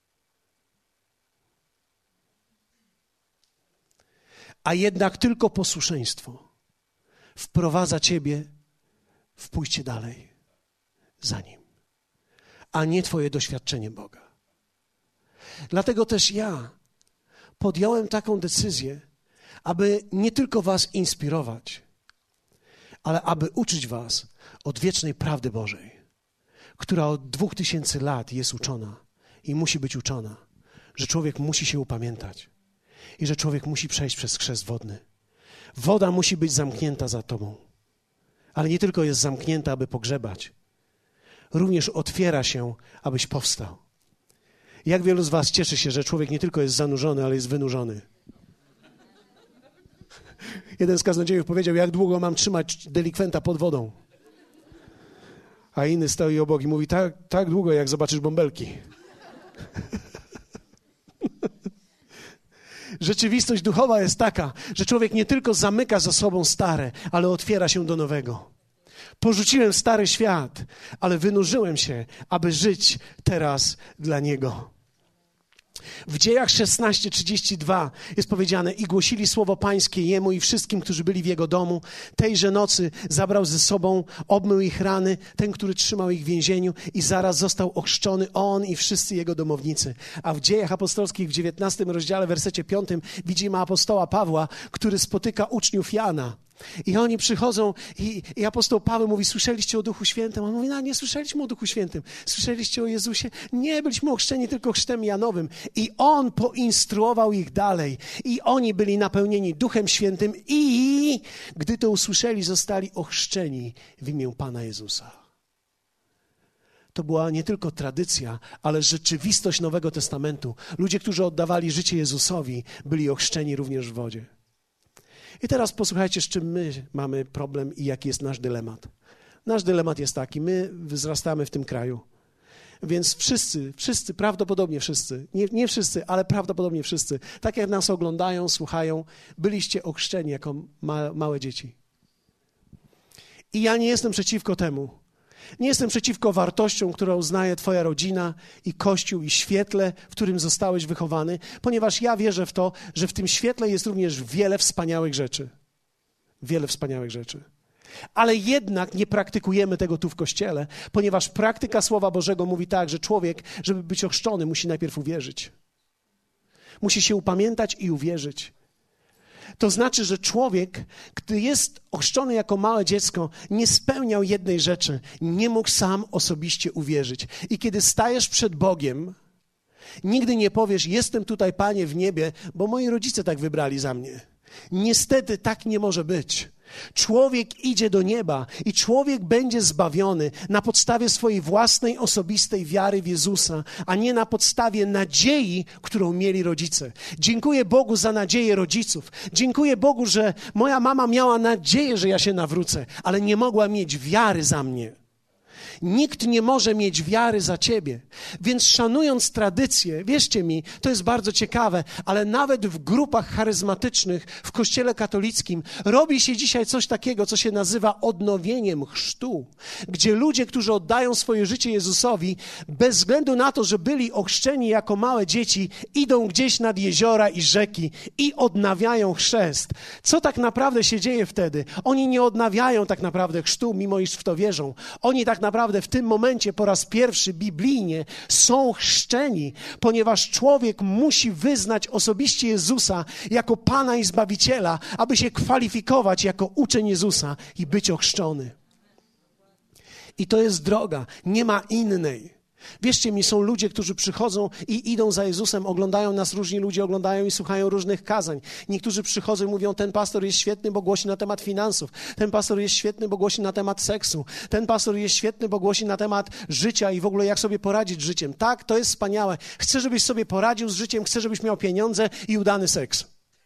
A jednak tylko posłuszeństwo wprowadza ciebie w pójście dalej za Nim, a nie twoje doświadczenie Boga. Dlatego też ja podjąłem taką decyzję, aby nie tylko was inspirować, ale aby uczyć was od wiecznej prawdy Bożej, która od 2000 lat jest uczona i musi być uczona, że człowiek musi się upamiętać i że człowiek musi przejść przez chrzest wodny. Woda musi być zamknięta za tobą, ale nie tylko jest zamknięta, aby pogrzebać, również otwiera się, abyś powstał. Jak wielu z was cieszy się, że człowiek nie tylko jest zanurzony, ale jest wynurzony. Jeden z kaznodziejów powiedział, jak długo mam trzymać delikwenta pod wodą. A inny stoi obok i mówi, tak długo, jak zobaczysz bąbelki. Rzeczywistość duchowa jest taka, że człowiek nie tylko zamyka za sobą stare, ale otwiera się do nowego. Porzuciłem stary świat, ale wynurzyłem się, aby żyć teraz dla Niego. W Dziejach 16:32 jest powiedziane: i głosili słowo pańskie jemu i wszystkim, którzy byli w jego domu. Tejże nocy zabrał ze sobą, obmył ich rany, ten, który trzymał ich w więzieniu, i zaraz został ochrzczony on i wszyscy jego domownicy. A w Dziejach apostolskich w 19 rozdziale, wersecie 5 widzimy apostoła Pawła, który spotyka uczniów Jana. I oni przychodzą i apostoł Paweł mówi: słyszeliście o Duchu Świętym? On mówi: no, nie słyszeliśmy o Duchu Świętym. Słyszeliście o Jezusie? Nie, byliśmy ochrzczeni tylko chrztem Janowym. I on poinstruował ich dalej. I oni byli napełnieni Duchem Świętym i gdy to usłyszeli, zostali ochrzczeni w imię Pana Jezusa. To była nie tylko tradycja, ale rzeczywistość Nowego Testamentu. Ludzie, którzy oddawali życie Jezusowi, byli ochrzczeni również w wodzie. I teraz posłuchajcie, z czym my mamy problem i jaki jest nasz dylemat. Nasz dylemat jest taki: my wzrastamy w tym kraju, więc wszyscy, prawdopodobnie wszyscy, nie wszyscy, ale prawdopodobnie wszyscy, tak jak nas oglądają, słuchają, byliście ochrzczeni jako małe dzieci. I ja nie jestem przeciwko temu. Nie jestem przeciwko wartościom, które uznaje twoja rodzina i Kościół i świetle, w którym zostałeś wychowany, ponieważ ja wierzę w to, że w tym świetle jest również wiele wspaniałych rzeczy. Wiele wspaniałych rzeczy. Ale jednak nie praktykujemy tego tu w Kościele, ponieważ praktyka Słowa Bożego mówi tak, że człowiek, żeby być ochrzczony, musi najpierw uwierzyć. Musi się upamiętać i uwierzyć. To znaczy, że człowiek, gdy jest ochrzczony jako małe dziecko, nie spełniał jednej rzeczy. Nie mógł sam osobiście uwierzyć. I kiedy stajesz przed Bogiem, nigdy nie powiesz: jestem tutaj, Panie, w niebie, bo moi rodzice tak wybrali za mnie. Niestety tak nie może być. Człowiek idzie do nieba i człowiek będzie zbawiony na podstawie swojej własnej, osobistej wiary w Jezusa, a nie na podstawie nadziei, którą mieli rodzice. Dziękuję Bogu za nadzieję rodziców. Dziękuję Bogu, że moja mama miała nadzieję, że ja się nawrócę, ale nie mogła mieć wiary za mnie. Nikt nie może mieć wiary za ciebie. Więc szanując tradycję, wierzcie mi, to jest bardzo ciekawe, ale nawet w grupach charyzmatycznych, w Kościele katolickim robi się dzisiaj coś takiego, co się nazywa odnowieniem chrztu, gdzie ludzie, którzy oddają swoje życie Jezusowi, bez względu na to, że byli ochrzczeni jako małe dzieci, idą gdzieś nad jeziora i rzeki i odnawiają chrzest. Co tak naprawdę się dzieje wtedy? Oni nie odnawiają tak naprawdę chrztu, mimo iż w to wierzą. Oni tak naprawdę w tym momencie po raz pierwszy biblijnie są chrzczeni, ponieważ człowiek musi wyznać osobiście Jezusa jako Pana i Zbawiciela, aby się kwalifikować jako uczeń Jezusa i być ochrzczony. I to jest droga, nie ma innej. Wierzcie mi, są ludzie, którzy przychodzą i idą za Jezusem, oglądają nas, różni ludzie oglądają i słuchają różnych kazań. Niektórzy przychodzą i mówią: ten pastor jest świetny, bo głosi na temat finansów. Ten pastor jest świetny, bo głosi na temat seksu. Ten pastor jest świetny, bo głosi na temat życia i w ogóle jak sobie poradzić z życiem. Tak, to jest wspaniałe. Chcę, żebyś sobie poradził z życiem, chcę, żebyś miał pieniądze i udany seks.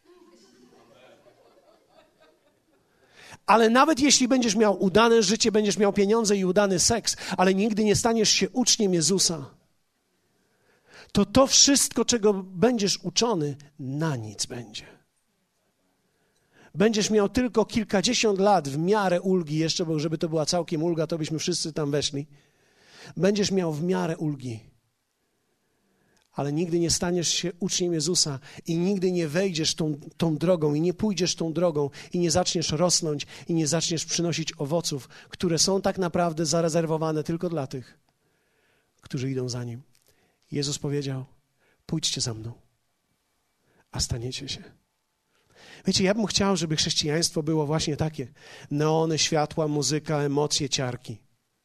Ale nawet jeśli będziesz miał udane życie, będziesz miał pieniądze i udany seks, ale nigdy nie staniesz się uczniem Jezusa, to wszystko, czego będziesz uczony, na nic będzie. Będziesz miał tylko kilkadziesiąt lat w miarę ulgi, jeszcze, bo żeby to była całkiem ulga, to byśmy wszyscy tam weszli. Będziesz miał w miarę ulgi. Ale nigdy nie staniesz się uczniem Jezusa i nigdy nie wejdziesz tą drogą i nie pójdziesz tą drogą i nie zaczniesz rosnąć i nie zaczniesz przynosić owoców, które są tak naprawdę zarezerwowane tylko dla tych, którzy idą za Nim. Jezus powiedział: pójdźcie za mną, a staniecie się. Wiecie, ja bym chciał, żeby chrześcijaństwo było właśnie takie. Neony, światła, muzyka, emocje, ciarki.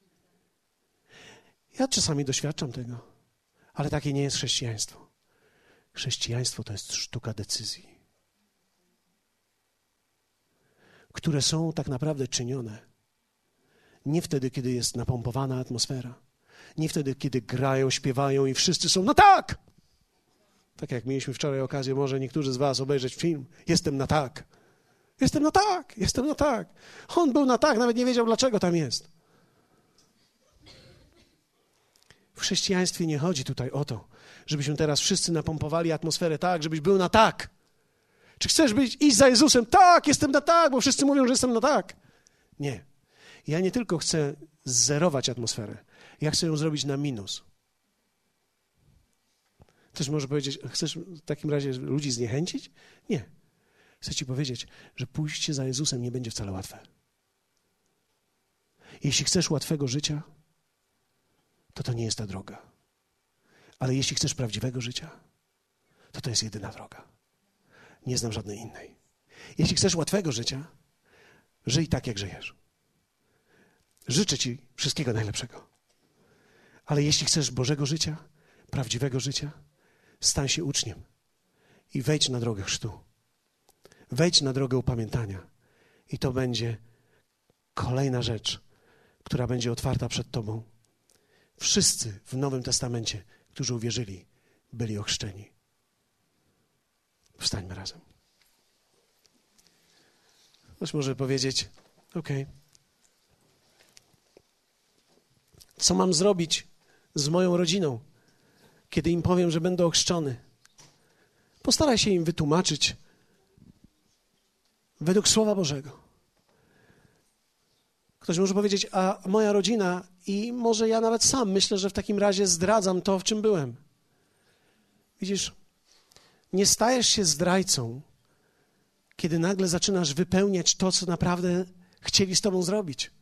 Ja czasami doświadczam tego. Ale takie nie jest chrześcijaństwo. Chrześcijaństwo to jest sztuka decyzji, które są tak naprawdę czynione nie wtedy, kiedy jest napompowana atmosfera, nie wtedy, kiedy grają, śpiewają i wszyscy są no tak! Tak jak mieliśmy wczoraj okazję, może niektórzy z was obejrzeć film. Jestem na tak. Jestem na tak. Jestem na tak. On był na tak, nawet nie wiedział, dlaczego tam jest. W chrześcijaństwie nie chodzi tutaj o to, żebyśmy teraz wszyscy napompowali atmosferę tak, żebyś był na tak. Czy chcesz iść za Jezusem? Tak, jestem na tak, bo wszyscy mówią, że jestem na tak. Nie. Ja nie tylko chcę zerować atmosferę, ja chcę ją zrobić na minus. Ktoś może powiedzieć, chcesz w takim razie ludzi zniechęcić? Nie. Chcę ci powiedzieć, że pójście za Jezusem nie będzie wcale łatwe. Jeśli chcesz łatwego życia, to nie jest ta droga. Ale jeśli chcesz prawdziwego życia, to jest jedyna droga. Nie znam żadnej innej. Jeśli chcesz łatwego życia, żyj tak, jak żyjesz. Życzę ci wszystkiego najlepszego. Ale jeśli chcesz Bożego życia, prawdziwego życia, stań się uczniem i wejdź na drogę chrztu. Wejdź na drogę upamiętania. I to będzie kolejna rzecz, która będzie otwarta przed tobą. Wszyscy w Nowym Testamencie, którzy uwierzyli, byli ochrzczeni. Wstańmy razem. Ktoś może powiedzieć, okej. Co mam zrobić z moją rodziną, kiedy im powiem, że będę ochrzczony? Postaraj się im wytłumaczyć według Słowa Bożego. Ktoś może powiedzieć, a moja rodzina i może ja nawet sam myślę, że w takim razie zdradzam to, w czym byłem. Widzisz, nie stajesz się zdrajcą, kiedy nagle zaczynasz wypełniać to, co naprawdę chcieli z tobą zrobić.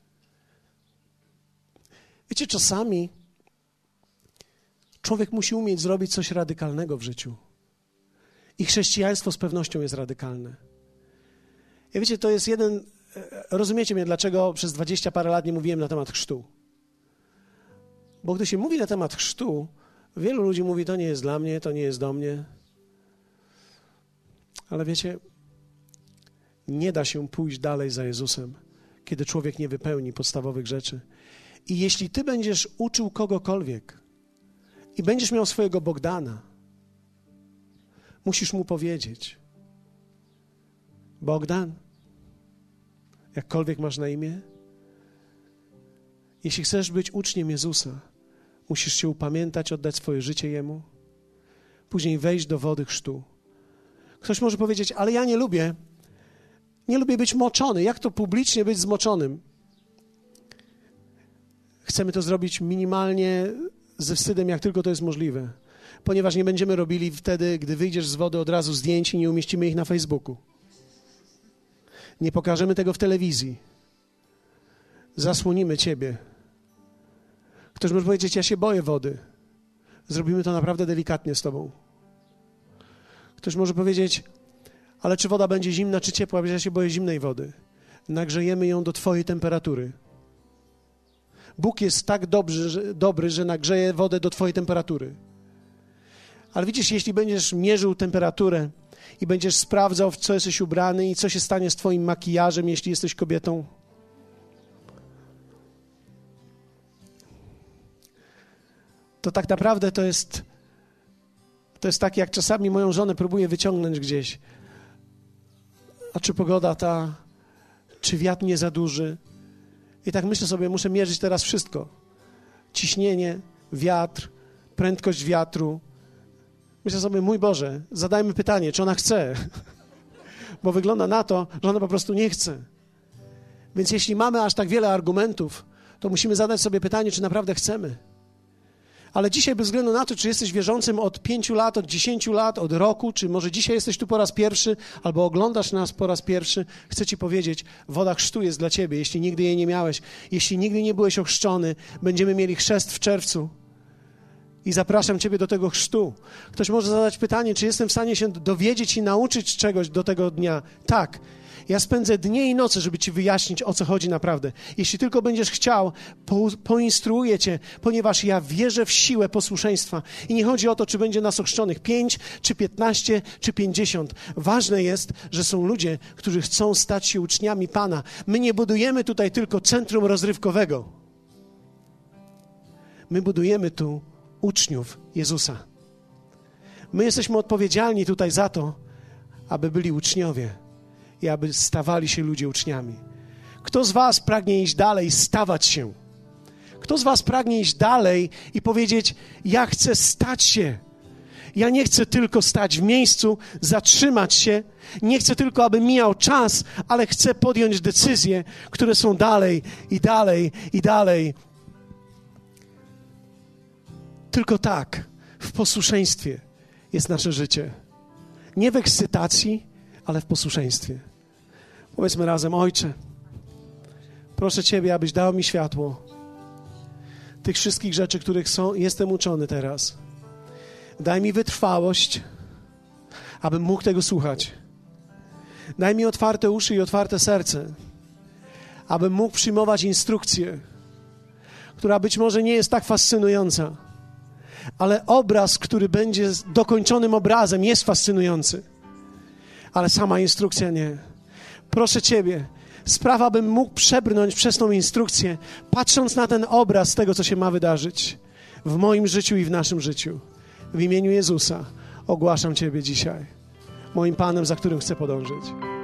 Wiecie, czasami człowiek musi umieć zrobić coś radykalnego w życiu. I chrześcijaństwo z pewnością jest radykalne. Ja wiecie, to jest rozumiecie mnie, dlaczego przez 20 parę lat nie mówiłem na temat chrztu. Bo gdy się mówi na temat chrztu, wielu ludzi mówi, to nie jest dla mnie, to nie jest do mnie. Ale wiecie, nie da się pójść dalej za Jezusem, kiedy człowiek nie wypełni podstawowych rzeczy. I jeśli ty będziesz uczył kogokolwiek i będziesz miał swojego Bogdana, musisz mu powiedzieć, Bogdan, jakkolwiek masz na imię, jeśli chcesz być uczniem Jezusa, musisz się upamiętać, oddać swoje życie Jemu, później wejść do wody chrztu. Ktoś może powiedzieć, ale ja nie lubię być moczony. Jak to publicznie być zmoczonym? Chcemy to zrobić minimalnie ze wstydem, jak tylko to jest możliwe, ponieważ nie będziemy robili wtedy, gdy wyjdziesz z wody, od razu zdjęć i nie umieścimy ich na Facebooku. Nie pokażemy tego w telewizji. Zasłonimy ciebie. Ktoś może powiedzieć, ja się boję wody. Zrobimy to naprawdę delikatnie z tobą. Ktoś może powiedzieć, ale czy woda będzie zimna, czy ciepła? Ja się boję zimnej wody. Nagrzejemy ją do twojej temperatury. Bóg jest tak dobry, że nagrzeje wodę do twojej temperatury. Ale widzisz, jeśli będziesz mierzył temperaturę i będziesz sprawdzał, w co jesteś ubrany i co się stanie z twoim makijażem, jeśli jesteś kobietą, to tak naprawdę to jest tak, jak czasami moją żonę próbuję wyciągnąć gdzieś. A czy pogoda czy wiatr nie za duży? I tak myślę sobie, muszę mierzyć teraz wszystko. Ciśnienie, wiatr, prędkość wiatru. Myślę sobie, mój Boże, zadajmy pytanie, czy ona chce? Bo wygląda na to, że ona po prostu nie chce. Więc jeśli mamy aż tak wiele argumentów, to musimy zadać sobie pytanie, czy naprawdę chcemy. Ale dzisiaj bez względu na to, czy jesteś wierzącym od 5 lat, od 10 lat, od roku, czy może dzisiaj jesteś tu po raz pierwszy, albo oglądasz nas po raz pierwszy, chcę ci powiedzieć, woda chrztu jest dla ciebie, jeśli nigdy jej nie miałeś. Jeśli nigdy nie byłeś ochrzczony, będziemy mieli chrzest w czerwcu. I zapraszam ciebie do tego chrztu. Ktoś może zadać pytanie, czy jestem w stanie się dowiedzieć i nauczyć czegoś do tego dnia. Tak. Ja spędzę dnie i noce, żeby ci wyjaśnić, o co chodzi naprawdę. Jeśli tylko będziesz chciał, poinstruuję cię, ponieważ ja wierzę w siłę posłuszeństwa. I nie chodzi o to, czy będzie nas ochrzczonych 5, czy 15, czy 50. Ważne jest, że są ludzie, którzy chcą stać się uczniami Pana. My nie budujemy tutaj tylko centrum rozrywkowego. My budujemy tu uczniów Jezusa. My jesteśmy odpowiedzialni tutaj za to, aby byli uczniowie i aby stawali się ludzie uczniami. Kto z was pragnie iść dalej, stawać się? Kto z was pragnie iść dalej i powiedzieć, ja chcę stać się? Ja nie chcę tylko stać w miejscu, zatrzymać się, nie chcę tylko, aby mijał czas, ale chcę podjąć decyzje, które są dalej i dalej i dalej. Tylko tak, w posłuszeństwie jest nasze życie. Nie w ekscytacji, ale w posłuszeństwie. Powiedzmy razem: Ojcze, proszę Ciebie, abyś dał mi światło tych wszystkich rzeczy, których jestem uczony teraz. Daj mi wytrwałość, abym mógł tego słuchać. Daj mi otwarte uszy i otwarte serce, abym mógł przyjmować instrukcję, która być może nie jest tak fascynująca, ale obraz, który będzie dokończonym obrazem, jest fascynujący, ale sama instrukcja nie. Proszę Ciebie, spraw, abym mógł przebrnąć przez tą instrukcję, patrząc na ten obraz tego, co się ma wydarzyć w moim życiu i w naszym życiu. W imieniu Jezusa ogłaszam Ciebie dzisiaj moim Panem, za którym chcę podążyć.